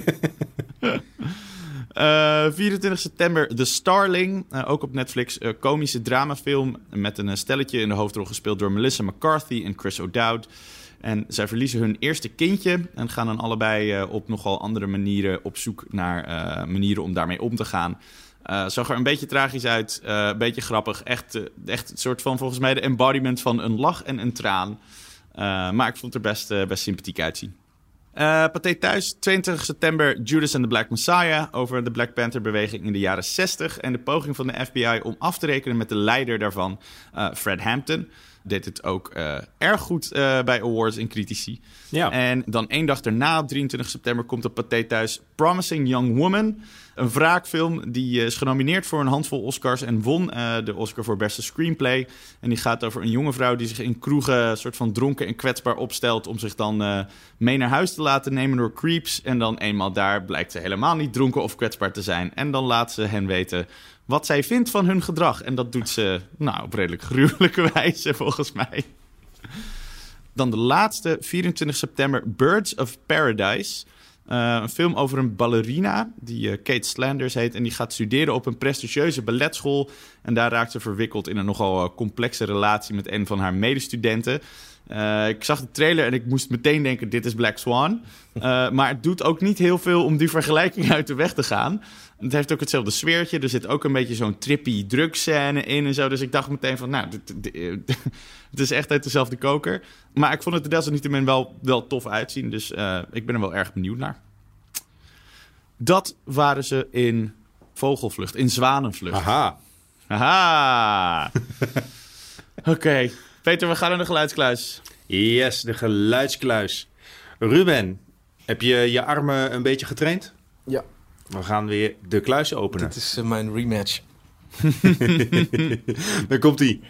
uh, vierentwintig september, The Starling. Uh, ook op Netflix. Uh, komische dramafilm met een stelletje in de hoofdrol gespeeld door Melissa McCarthy en Chris O'Dowd. En zij verliezen hun eerste kindje en gaan dan allebei uh, op nogal andere manieren op zoek naar uh, manieren om daarmee om te gaan. Uh, zag er een beetje tragisch uit, uh, een beetje grappig. Echt, uh, echt een soort van, volgens mij, de embodiment van een lach en een traan. Uh, maar ik vond het er best, uh, best sympathiek uitzien. Uh, Pathé Thuis, tweeëntwintig september, Judas and the Black Messiah. Over de Black Panther-beweging in de jaren zestig. En de poging van de F B I om af te rekenen met de leider daarvan, uh, Fred Hampton. Deed het ook uh, erg goed uh, bij awards en critici. Ja. En dan één dag daarna, op drieëntwintig september, komt op Pathé Thuis Promising Young Woman. Een wraakfilm die is genomineerd voor een handvol Oscars en won uh, de Oscar voor beste screenplay. En die gaat over een jonge vrouw die zich in kroegen soort van dronken en kwetsbaar opstelt om zich dan uh, mee naar huis te laten nemen door creeps. En dan eenmaal daar blijkt ze helemaal niet dronken of kwetsbaar te zijn. En dan laat ze hen weten wat zij vindt van hun gedrag. En dat doet ze nou, op redelijk gruwelijke wijze volgens mij. Dan de laatste, vierentwintig september, Birds of Paradise. Uh, een film over een ballerina die uh, Kate Slanders heet. En die gaat studeren op een prestigieuze balletschool. En daar raakt ze verwikkeld in een nogal uh, complexe relatie met een van haar medestudenten. Uh, ik zag de trailer en ik moest meteen denken, dit is Black Swan. Uh, maar het doet ook niet heel veel om die vergelijking uit de weg te gaan. Het heeft ook hetzelfde sfeertje. Er zit ook een beetje zo'n trippy drugscène in en zo. Dus ik dacht meteen van, nou, dit, dit, dit, het is echt uit dezelfde koker. Maar ik vond het er desalniettemin wel, wel tof uitzien. Dus uh, ik ben er wel erg benieuwd naar. Dat waren ze in Vogelvlucht, in Zwanenvlucht. Aha. Aha. Oké. Okay. Peter, we gaan naar de geluidskluis. Yes, de geluidskluis. Ruben, heb je je armen een beetje getraind? Ja. We gaan weer de kluis openen. Dit is uh, mijn rematch. Daar komt hij.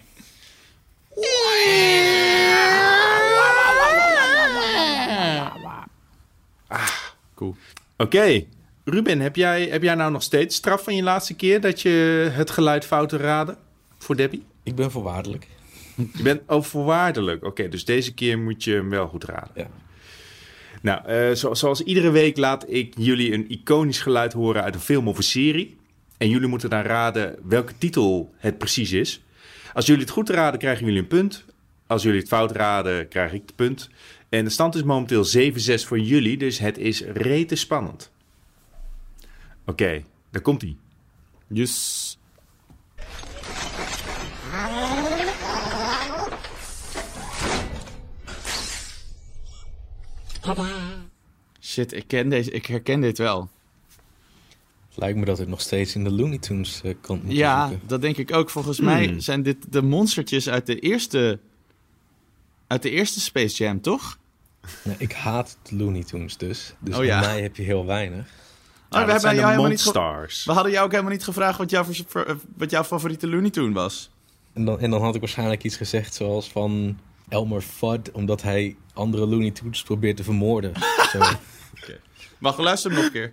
Ah, cool. Oké. Okay. Ruben, heb jij, heb jij nou nog steeds straf van je laatste keer dat je het geluid fout raadde voor Debbie? Ik ben voorwaardelijk. Je bent ook voorwaardelijk. Oké, okay, dus deze keer moet je hem wel goed raden. Ja. Nou, uh, zo, zoals iedere week laat ik jullie een iconisch geluid horen uit een film of een serie. En jullie moeten dan raden welke titel het precies is. Als jullie het goed raden, krijgen jullie een punt. Als jullie het fout raden, krijg ik het punt. En de stand is momenteel zeven zes voor jullie, dus het is rete spannend. Oké, okay, daar komt-ie. Yes. Shit, ik, ken deze, ik herken dit wel. Lijkt me dat het nog steeds in de Looney Tunes uh, kant moet Ja, zoeken. dat denk ik ook. Volgens mij Hmm. zijn dit de monstertjes uit de eerste... uit de eerste Space Jam, toch? Nou, ik haat de Looney Tunes dus. Dus Oh ja. bij mij heb je heel weinig. Oh, Ja, we, dat hebben zijn jou de helemaal niet ge- Monstars. we hadden jou ook helemaal niet gevraagd wat jouw, vers- ver- wat jouw favoriete Looney Tune was. En dan, en dan had ik waarschijnlijk iets gezegd zoals van Elmer Fudd, omdat hij andere Looney Tunes probeert te vermoorden. Zo. Wacht, luister hem nog een keer.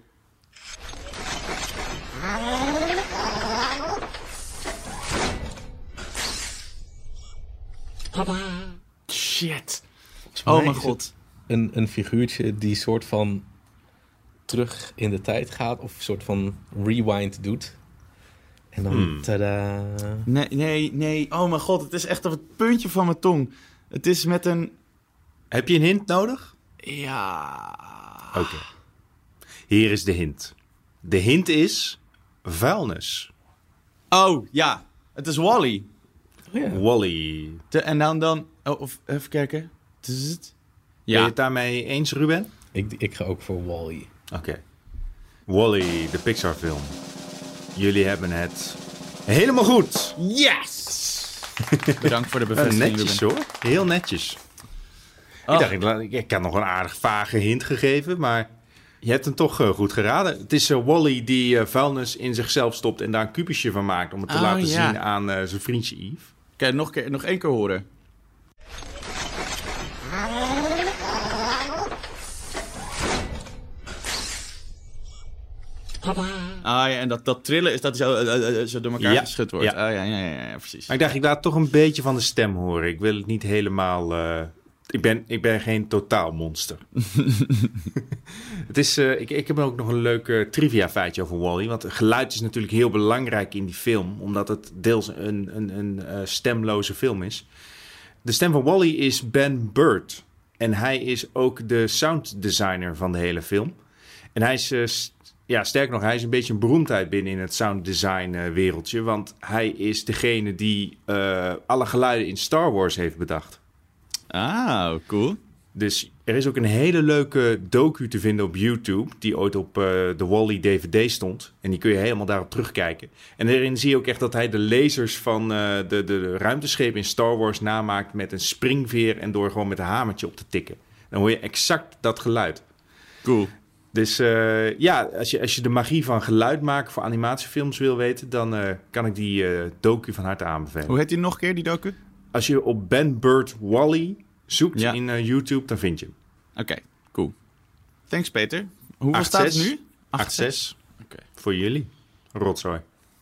Shit. Volgens Oh mij mijn is god. het Een, een figuurtje die soort van terug in de tijd gaat of een soort van rewind doet. En dan Hmm. tada. Nee, nee, nee. Oh mijn god, het is echt op het puntje van mijn tong. Het is met een... Heb je een hint nodig? Ja... Oké. Hier is de hint. De hint is vuilnis. Oh, ja. Het is Wall-E. Oh ja. Wall-E. De- En dan dan... Oh, of, even kijken. Zzzt. Ben je Ja. het daarmee eens, Ruben? Ik, ik ga ook voor Wall-E. Oké. Wall-E, de Pixar-film. Jullie hebben het helemaal goed. Yes! Bedankt voor de Uh, bevestiging, netjes Ruben. hoor. Heel netjes. Oh. Ik dacht, ik, la- ik, ik had nog een aardig vage hint gegeven, maar je hebt hem toch uh, goed geraden. Het is uh, Wall-E die uh, vuilnis in zichzelf stopt en daar een kubusje van maakt om het te Oh, laten ja. zien aan uh, zijn vriendje Yves. Kijk, nog, een keer- nog één keer horen. Ah ja, en dat, dat trillen is dat zo, eh, eh, eh, zo door elkaar Ja, geschud wordt. ja. Ah ja, ja, ja, ja, precies. Maar ik dacht, ik laat toch een beetje van de stem horen. Ik wil het niet helemaal... uh, ik, ben, ik ben geen totaalmonster. Het is, uh, ik, ik heb ook nog een leuk uh, trivia feitje over Wall-E. Want geluid is natuurlijk heel belangrijk in die film. Omdat het deels een, een, een uh, stemloze film is. De stem van Wall-E is Ben Bird. En hij is ook de sounddesigner van de hele film. En hij is... Uh, st- Ja, sterker nog, hij is een beetje een beroemdheid binnen in het sounddesign uh, wereldje. Want hij is degene die uh, alle geluiden in Star Wars heeft bedacht. Ah, cool. Dus er is ook een hele leuke docu te vinden op YouTube, die ooit op uh, de Wall-E D V D stond. En die kun je helemaal daarop terugkijken. En daarin zie je ook echt dat hij de lasers van uh, de, de, de ruimteschepen in Star Wars namaakt met een springveer en door gewoon met een hamertje op te tikken. Dan hoor je exact dat geluid. Cool. Dus uh, ja, als je, als je de magie van geluid maken voor animatiefilms wil weten, dan uh, kan ik die uh, docu van harte aanbevelen. Hoe heet die nog een keer, die docu? Als je op Ben Bird Wall-E zoekt Ja. in uh, YouTube, dan vind je hem. Oké, okay, cool. Thanks, Peter. Hoeveel acht staat het zes. nu? acht zes. Oké. Voor jullie. Rotzooi.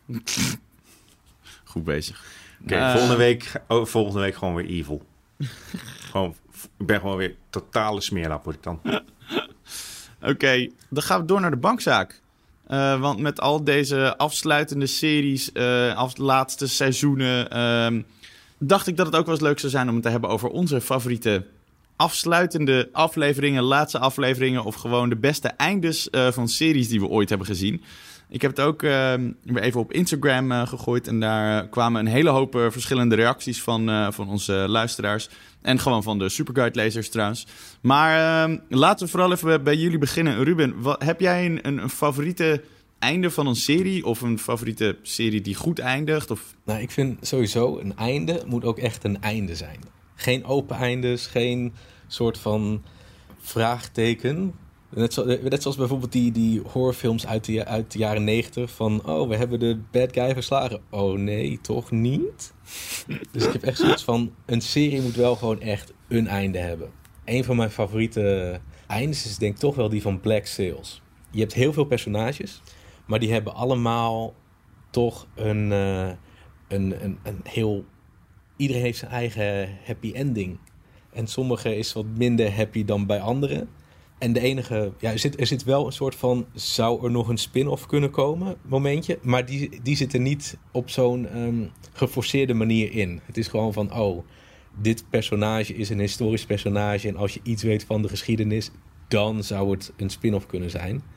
Goed bezig. Oké, Uh, volgende, week, oh, volgende week gewoon weer evil. gewoon, ik ben gewoon weer totale smeerlap, word ik dan. Oké, okay, dan gaan we door naar de bankzaak. Uh, want met al deze afsluitende series, uh, af, laatste seizoenen, uh, dacht ik dat het ook wel eens leuk zou zijn om het te hebben over onze favoriete afsluitende afleveringen, laatste afleveringen of gewoon de beste eindes uh, van series die we ooit hebben gezien. Ik heb het ook uh, weer even op Instagram uh, gegooid en daar uh, kwamen een hele hoop uh, verschillende reacties van, uh, van onze luisteraars. En gewoon van de Superguide-lezers trouwens. Maar uh, laten we vooral even bij, bij jullie beginnen. Ruben, wat, heb jij een, een, een favoriete einde van een serie? Of een favoriete serie die goed eindigt? Of... Nou, ik vind sowieso een einde moet ook echt een einde zijn. Geen open eindes, geen soort van vraagteken. Net, zo, net zoals bijvoorbeeld die, die horrorfilms uit de, uit de jaren negentig. Van, oh, we hebben de bad guy verslagen. Oh nee, toch niet? Dus ik heb echt zoiets van, een serie moet wel gewoon echt een einde hebben. Een van mijn favoriete eindes is denk ik toch wel die van Black Sails. Je hebt heel veel personages, maar die hebben allemaal toch een, uh, een, een, een heel... Iedereen heeft zijn eigen happy ending. En sommige is wat minder happy dan bij anderen. En de enige... Ja, er zit, er zit wel een soort van... Zou er nog een spin-off kunnen komen? Momentje. Maar die, die zit er niet op zo'n um, geforceerde manier in. Het is gewoon van... Oh, dit personage is een historisch personage. En als je iets weet van de geschiedenis... Dan zou het een spin-off kunnen zijn.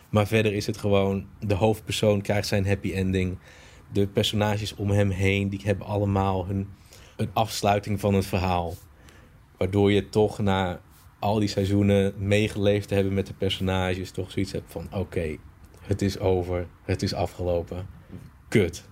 Maar verder is het gewoon, de hoofdpersoon krijgt zijn happy ending. De personages om hem heen, die hebben allemaal hun, een afsluiting van het verhaal. Waardoor je toch na al die seizoenen meegeleefd te hebben met de personages, toch zoiets hebt van, oké, okay, het is over, het is afgelopen. Kut.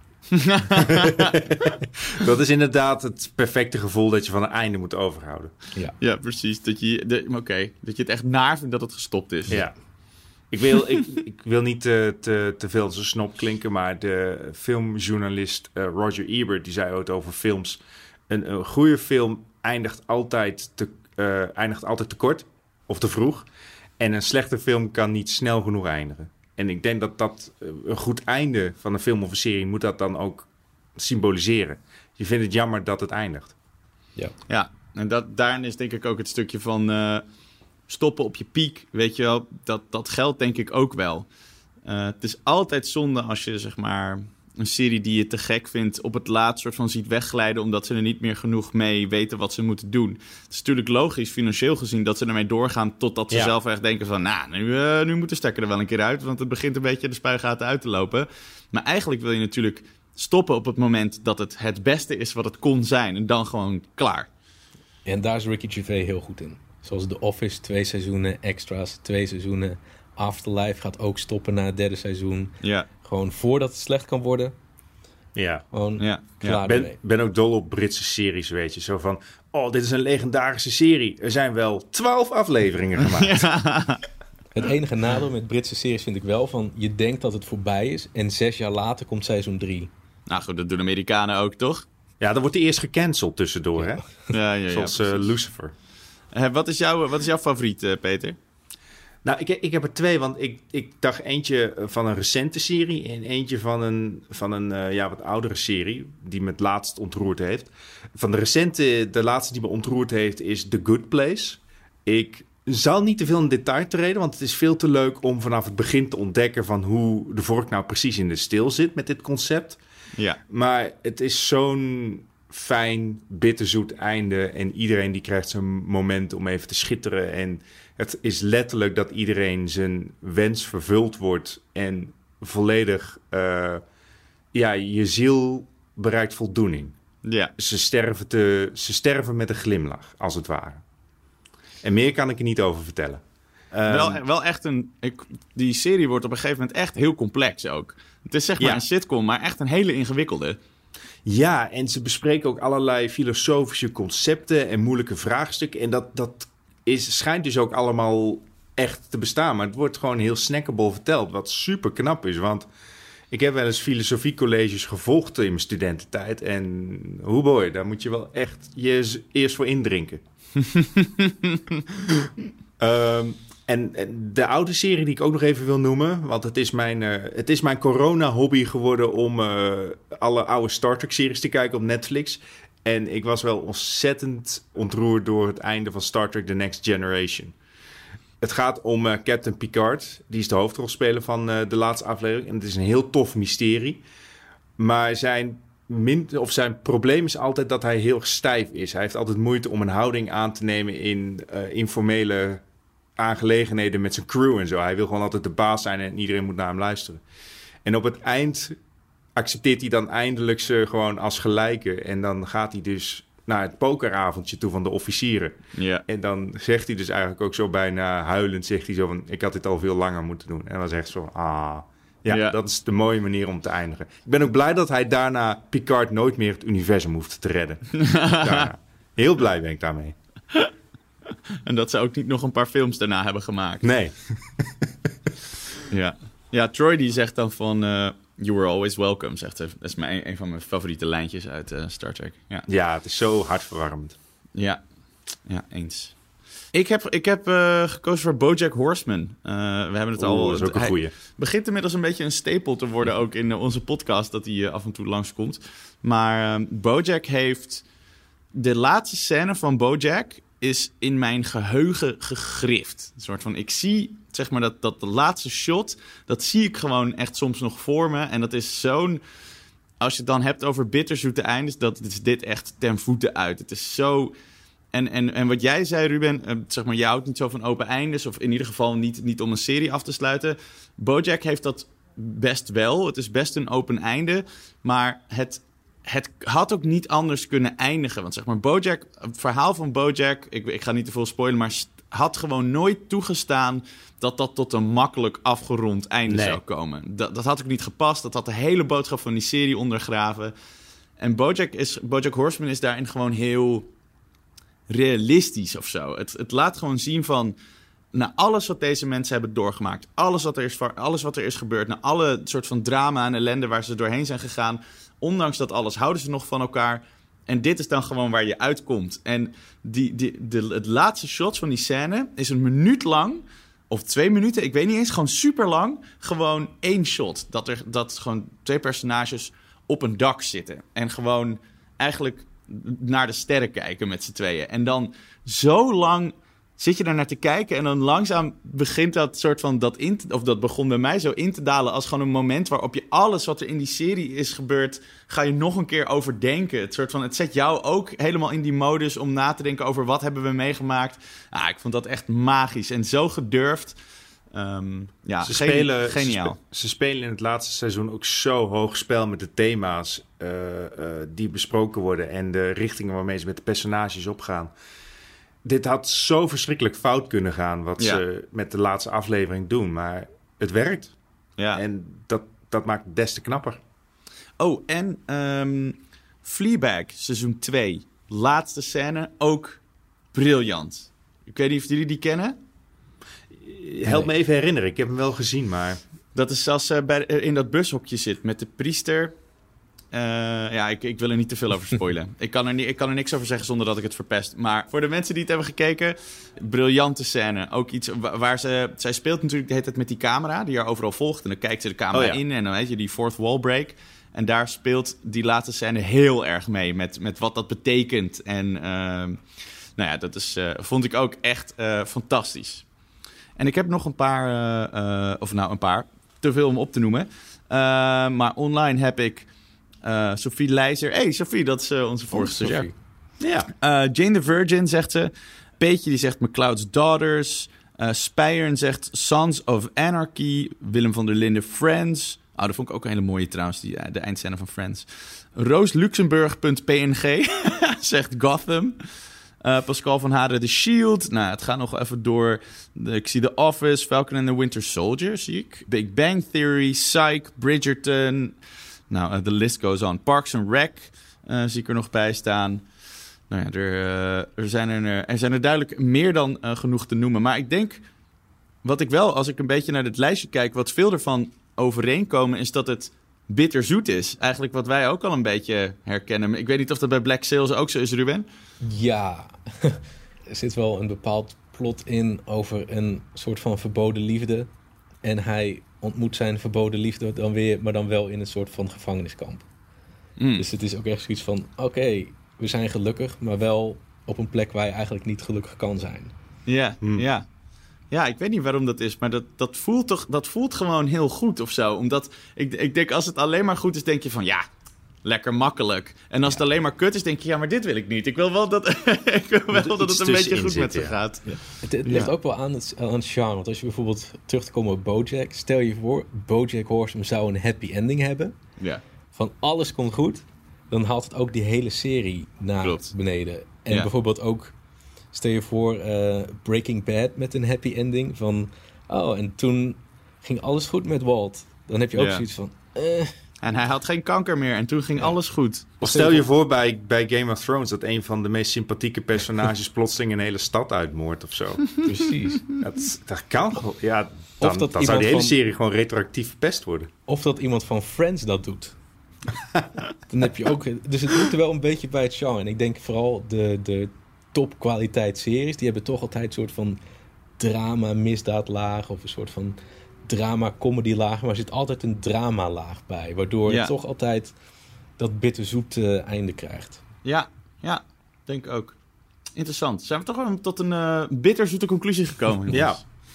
Dat is inderdaad het perfecte gevoel dat je van een einde moet overhouden. Ja, ja precies. Dat je, de, Oké, okay, dat je het echt naar vindt dat het gestopt is. Ja. Ik wil, ik, ik wil niet te, te, te veel als een snop klinken, maar de filmjournalist uh, Roger Ebert, die zei ooit over films, een, een goede film eindigt altijd, te, uh, eindigt altijd te kort of te vroeg. En een slechte film kan niet snel genoeg eindigen. En ik denk dat dat een goed einde van een film of een serie moet dat dan ook symboliseren. Je vindt het jammer dat het eindigt. Ja, ja en dat, daarin is denk ik ook het stukje van uh, stoppen op je piek. Weet je wel, dat, dat geldt denk ik ook wel. Uh, het is altijd zonde als je zeg maar een serie die je te gek vindt op het laatst soort van ziet wegglijden omdat ze er niet meer genoeg mee weten wat ze moeten doen. Het is natuurlijk logisch, financieel gezien, dat ze ermee doorgaan totdat ze ja. zelf echt denken van, nou, nu, uh, nu moet de stekker er wel een keer uit, want het begint een beetje de spuigaten uit te lopen. Maar eigenlijk wil je natuurlijk stoppen op het moment dat het het beste is wat het kon zijn en dan gewoon klaar. En daar is Ricky Gervais heel goed in. Zoals The Office, twee seizoenen, Extras, twee seizoenen. Afterlife gaat ook stoppen na het derde seizoen. Ja. Gewoon voordat het slecht kan worden. Ja. Gewoon ja. klaar Ik ben, mee. ben ook dol op Britse series, weet je. Zo van, oh, dit is een legendarische serie. Er zijn wel twaalf afleveringen gemaakt. Ja. Het enige nadeel met Britse series vind ik wel van, je denkt dat het voorbij is en zes jaar later komt seizoen drie. Nou goed, dat doen Amerikanen ook, toch? Ja, dan wordt hij eerst gecanceld tussendoor, hè? Ja, ja, ja, Zoals uh, precies. Lucifer. Uh, wat, is jouw, wat is jouw favoriet, uh, Peter? Nou, ik, ik heb er twee, want ik, ik dacht eentje van een recente serie en eentje van een, van een uh, ja, wat oudere serie die me het laatst ontroerd heeft. Van de recente, de laatste die me ontroerd heeft is The Good Place. Ik zal niet te veel in detail treden, want het is veel te leuk om vanaf het begin te ontdekken van hoe de vork nou precies in de steel zit met dit concept. Ja. Maar het is zo'n fijn, bitterzoet einde en iedereen die krijgt zijn moment om even te schitteren en het is letterlijk dat iedereen zijn wens vervuld wordt en volledig, uh, ja, je ziel bereikt voldoening. Ja. Ze sterven, te, ze sterven met een glimlach, als het ware. En meer kan ik er niet over vertellen. Um, wel, wel echt een... Ik, die serie wordt op een gegeven moment echt heel complex ook. Het is zeg maar ja. een sitcom, maar echt een hele ingewikkelde. Ja, en ze bespreken ook allerlei filosofische concepten en moeilijke vraagstukken. En dat, dat is, schijnt dus ook allemaal echt te bestaan. Maar het wordt gewoon heel snackable verteld, wat super knap is. Want ik heb wel eens filosofiecolleges gevolgd in mijn studententijd. En hoe boy, daar moet je wel echt je eerst voor indrinken. um, en, en de oude serie die ik ook nog even wil noemen, want het is mijn, uh, het is mijn corona-hobby geworden om uh, alle oude Star Trek-series te kijken op Netflix. En ik was wel ontzettend ontroerd door het einde van Star Trek The Next Generation. Het gaat om uh, Captain Picard, die is de hoofdrolspeler van uh, de laatste aflevering. En het is een heel tof mysterie. Maar zijn, min- of zijn probleem is altijd dat hij heel stijf is. Hij heeft altijd moeite om een houding aan te nemen in uh, informele aangelegenheden met zijn crew en zo. Hij wil gewoon altijd de baas zijn en iedereen moet naar hem luisteren. En op het eind accepteert hij dan eindelijk ze gewoon als gelijke. En dan gaat hij dus naar het pokeravondje toe van de officieren. Ja. En dan zegt hij dus eigenlijk ook zo bijna huilend, zegt hij zo van, ik had dit al veel langer moeten doen. En dan was echt zo, ah, ja, Ja. dat is de mooie manier om te eindigen. Ik ben ook blij dat hij daarna Picard nooit meer het universum hoeft te redden. Daarna. Heel blij ben ik daarmee. En dat ze ook niet nog een paar films daarna hebben gemaakt. Nee. Ja. Ja, Troy die zegt dan van... Uh, you were always welcome, zegt hij. Dat is mijn, een van mijn favoriete lijntjes uit uh, Star Trek. Ja. Ja, het is zo hartverwarmend. Ja, ja, eens. Ik heb, ik heb uh, gekozen voor BoJack Horseman. Uh, we hebben het al... Oeh, dat is ook een hij goeie. begint inmiddels een beetje een stapel te worden ook in uh, onze podcast, dat hij uh, af en toe langskomt. Maar uh, BoJack heeft... De laatste scène van BoJack is in mijn geheugen gegrift. Een soort van, ik zie, zeg maar, dat, dat de laatste shot, dat zie ik gewoon echt soms nog voor me. En dat is zo'n... Als je het dan hebt over bitterzoete eindes, dat is dit echt ten voeten uit. Het is zo... En, en, en wat jij zei, Ruben, uh, zeg maar, je houdt niet zo van open eindes, of in ieder geval niet, niet om een serie af te sluiten. BoJack heeft dat best wel. Het is best een open einde, maar het, het had ook niet anders kunnen eindigen. Want zeg maar, BoJack, het verhaal van BoJack, ik, ik ga niet te veel spoilen, maar had gewoon nooit toegestaan dat dat tot een makkelijk afgerond einde nee. zou komen. Dat, dat had ook niet gepast. Dat had de hele boodschap van die serie ondergraven. En BoJack, is, BoJack Horseman is daarin gewoon heel realistisch of zo. Het, het laat gewoon zien van, na alles wat deze mensen hebben doorgemaakt, alles wat er is, alles wat er is gebeurd, na alle soort van drama en ellende waar ze doorheen zijn gegaan, ondanks dat alles houden ze nog van elkaar. En dit is dan gewoon waar je uitkomt. En die, die, de, het laatste shot van die scène is een minuut lang, of twee minuten, ik weet niet eens, gewoon super lang, gewoon één shot. Dat er dat gewoon twee personages op een dak zitten en gewoon eigenlijk naar de sterren kijken met z'n tweeën. En dan zo lang zit je daar naar te kijken en dan langzaam begint dat soort van, dat in te, of dat begon bij mij zo in te dalen als gewoon een moment waarop je alles wat er in die serie is gebeurd, ga je nog een keer overdenken. Het soort van, het zet jou ook helemaal in die modus om na te denken over wat hebben we meegemaakt. Ah, ik vond dat echt magisch en zo gedurfd. Um, ja, ze, geni- spelen, geniaal. Ze, spe- ze spelen in het laatste seizoen ook zo hoog spel met de thema's uh, uh, die besproken worden en de richtingen waarmee ze met de personages opgaan. Dit had zo verschrikkelijk fout kunnen gaan wat ja. ze met de laatste aflevering doen, maar het werkt. Ja. En dat, dat maakt het des te knapper. Oh, en um, Fleabag, seizoen twee. Laatste scène, ook briljant. Ik weet niet of jullie die kennen? Help me even herinneren, ik heb hem wel gezien, maar... Dat is als ze bij, in dat bushokje zit met de priester. Uh, ja, ik, ik wil er niet te veel over spoilen. ik, kan er niet, ik kan er niks over zeggen zonder dat ik het verpest. Maar voor de mensen die het hebben gekeken, briljante scène. Ook iets waar ze... Zij speelt natuurlijk de hele tijd met die camera die haar overal volgt. En dan kijkt ze de camera oh, ja. in en dan weet je, die fourth wall break. En daar speelt die laatste scène heel erg mee met, met wat dat betekent. En uh, nou ja, dat is, uh, vond ik ook echt uh, fantastisch. En ik heb nog een paar, uh, uh, of nou een paar, te veel om op te noemen. Uh, maar online heb ik uh, Sophie Leijzer. Hé, hey, Sophie, dat is uh, onze vorige stagiair. Ja. Uh, Jane the Virgin zegt ze. Peetje die zegt McCloud's Daughters. Uh, Spijern zegt Sons of Anarchy. Willem van der Linden Friends. Oh, dat vond ik ook een hele mooie trouwens, die, uh, de eindscène van Friends. Roosluxemburg.png zegt Gotham. Uh, Pascal van Haderen, The Shield. Nou, het gaat nog even door. De, ik zie The Office, Falcon and the Winter Soldier, zie ik. Big Bang Theory, Psych, Bridgerton. Nou, uh, the list goes on. Parks and Rec uh, zie ik er nog bij staan. Nou ja, er, uh, er, zijn, er, er zijn er duidelijk meer dan uh, genoeg te noemen. Maar ik denk, wat ik wel, als ik een beetje naar dit lijstje kijk, wat veel ervan overeenkomen, is dat het bitterzoet is. Eigenlijk wat wij ook al een beetje herkennen. Ik weet niet of dat bij Black Sails ook zo is, Ruben? Ja, er zit wel een bepaald plot in over een soort van verboden liefde. En hij ontmoet zijn verboden liefde dan weer, maar dan wel in een soort van gevangeniskamp. Mm. Dus het is ook echt zoiets van, oké, okay, we zijn gelukkig, maar wel op een plek waar je eigenlijk niet gelukkig kan zijn. Ja, mm. ja. Ja, ik weet niet waarom dat is, maar dat, dat, voelt toch, dat voelt gewoon heel goed of zo. Omdat, ik, ik denk, als het alleen maar goed is, denk je van, ja, lekker makkelijk. En als ja. het alleen maar kut is, denk je, ja, maar dit wil ik niet. Ik wil wel dat, ik wil wel dat, dat het een beetje goed met ze ja. gaat. Ja. Het, het ligt ja. ook wel aan het, aan het genre. Want als je bijvoorbeeld terug te komen op BoJack, stel je voor, BoJack Horseman zou een happy ending hebben. Ja. Van alles komt goed, dan haalt het ook die hele serie naar Klopt. beneden. En ja. bijvoorbeeld ook, stel je voor, uh, Breaking Bad met een happy ending. Van, oh, en toen ging alles goed met Walt. Dan heb je ook ja. zoiets van, uh, en hij had geen kanker meer en toen ging ja. alles goed. Of stel je voor bij, bij Game of Thrones dat een van de meest sympathieke personages plotseling een hele stad uitmoordt of zo. Precies. Dat, dat kan gewoon. Ja, dan, of dat dan zou die hele van, serie gewoon retroactief verpest worden. Of dat iemand van Friends dat doet. Dan heb je ook. Dus het moet er wel een beetje bij het genre. En ik denk vooral de, de topkwaliteit series, die hebben toch altijd een soort van drama, misdaadlaag of een soort van drama-comedy laag, maar er zit altijd een drama-laag bij, waardoor ja. het toch altijd dat bitterzoete einde krijgt. Ja, ja, denk ik ook. Interessant. Zijn we toch wel tot een uh, bitterzoete conclusie gekomen? Ja.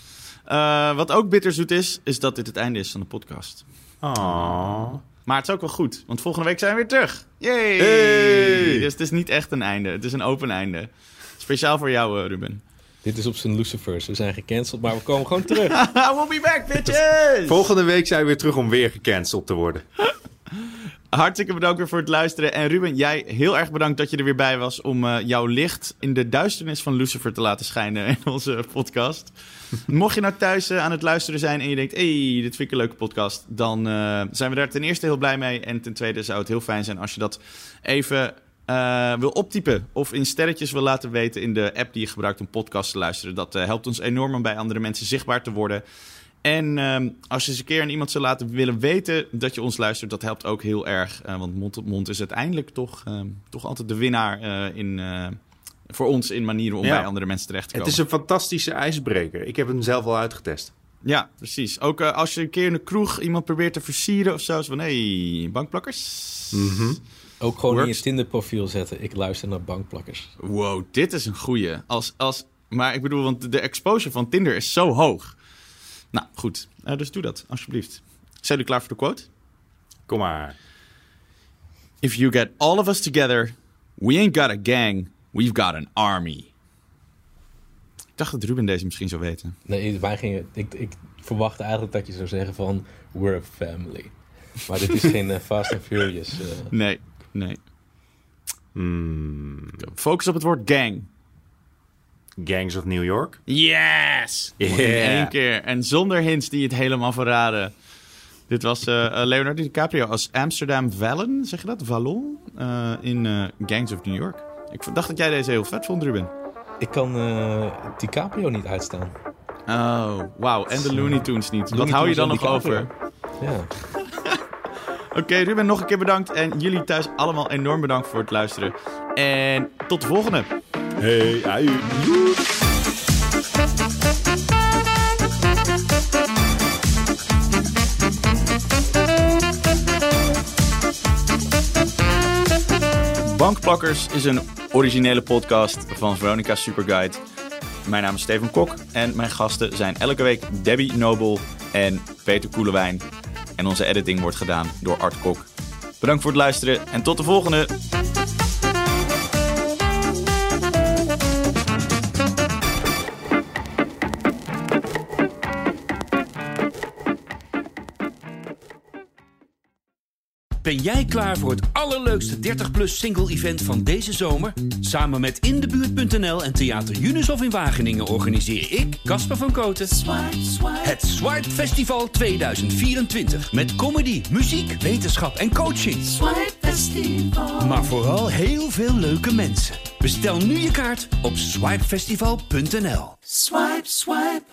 Uh, wat ook bitterzoet is, is dat dit het einde is van de podcast. Aww. Maar het is ook wel goed, want volgende week zijn we weer terug. Yay! Hey! Dus het is niet echt een einde, het is een open einde. Speciaal voor jou, uh, Ruben. Dit is op zijn Lucifers. We zijn gecanceld, maar we komen gewoon terug. We'll be back, bitches! Volgende week zijn we weer terug om weer gecanceld te worden. Hartstikke bedankt weer voor het luisteren. En Ruben, jij heel erg bedankt dat je er weer bij was om uh, jouw licht in de duisternis van Lucifer te laten schijnen in onze podcast. Mocht je nou thuis uh, aan het luisteren zijn en je denkt, hé, hey, dit vind ik een leuke podcast, dan uh, zijn we daar ten eerste heel blij mee. En ten tweede zou het heel fijn zijn als je dat even uh, wil optypen of in sterretjes wil laten weten in de app die je gebruikt om podcasts te luisteren. Dat uh, helpt ons enorm om bij andere mensen zichtbaar te worden. En um, als je eens een keer aan iemand zou laten willen weten dat je ons luistert, dat helpt ook heel erg. Uh, want mond tot mond is uiteindelijk toch, uh, toch altijd de winnaar uh, in, uh, voor ons in manieren om ja. bij andere mensen terecht te komen. Het is een fantastische ijsbreker. Ik heb hem zelf al uitgetest. Ja, precies. Ook uh, als je een keer in de kroeg iemand probeert te versieren of zo. Zo van, hé, hey, bankplakkers. Mm-hmm. Ook gewoon Works. In je Tinder profiel zetten. Ik luister naar bankplakkers. Wow, dit is een goeie. Als, als, maar ik bedoel, want de exposure van Tinder is zo hoog. Nou, goed. Uh, dus doe dat, alsjeblieft. Zijn jullie klaar voor de quote? Kom maar. If you get all of us together, we ain't got a gang, we've got an army. Ik dacht dat Ruben deze misschien zou weten. Nee, wij gingen, ik, ik verwachtte eigenlijk dat je zou zeggen van, we're a family. Maar dit is geen uh, Fast and Furious. Uh... Nee, nee. Hmm. Focus op het woord gang. Gangs of New York? Yes! Yeah. In één keer. En zonder hints die het helemaal verraden. Dit was uh, Leonardo DiCaprio als Amsterdam Vallon, zeg je dat? Vallon? Uh, in uh, Gangs of New York. Ik dacht dat jij deze heel vet vond, Ruben. Ik kan uh, DiCaprio niet uitstaan. Oh, wauw. En de Looney Tunes niet. Looney Wat hou je dan Tunes nog DiCaprio. over? Ja. Oké, okay, Ruben, nog een keer bedankt. En jullie thuis allemaal enorm bedankt voor het luisteren. En tot de volgende. Hey, aju. Bankplakkers is een originele podcast van Veronica Superguide. Mijn naam is Steven Kok en mijn gasten zijn elke week Debbie Nobel en Peter Koelewijn. En onze editing wordt gedaan door Art Kok. Bedankt voor het luisteren en tot de volgende! Ben jij klaar voor het allerleukste dertig plus single event van deze zomer? Samen met in de buurt punt n l en Theater Unisof in Wageningen organiseer ik, Casper van Koten, Swipe, Swipe. Het Swipe Festival tweeduizend vierentwintig. Met comedy, muziek, wetenschap en coaching. Swipe Festival. Maar vooral heel veel leuke mensen. Bestel nu je kaart op swipe festival punt n l. Swipe, swipe.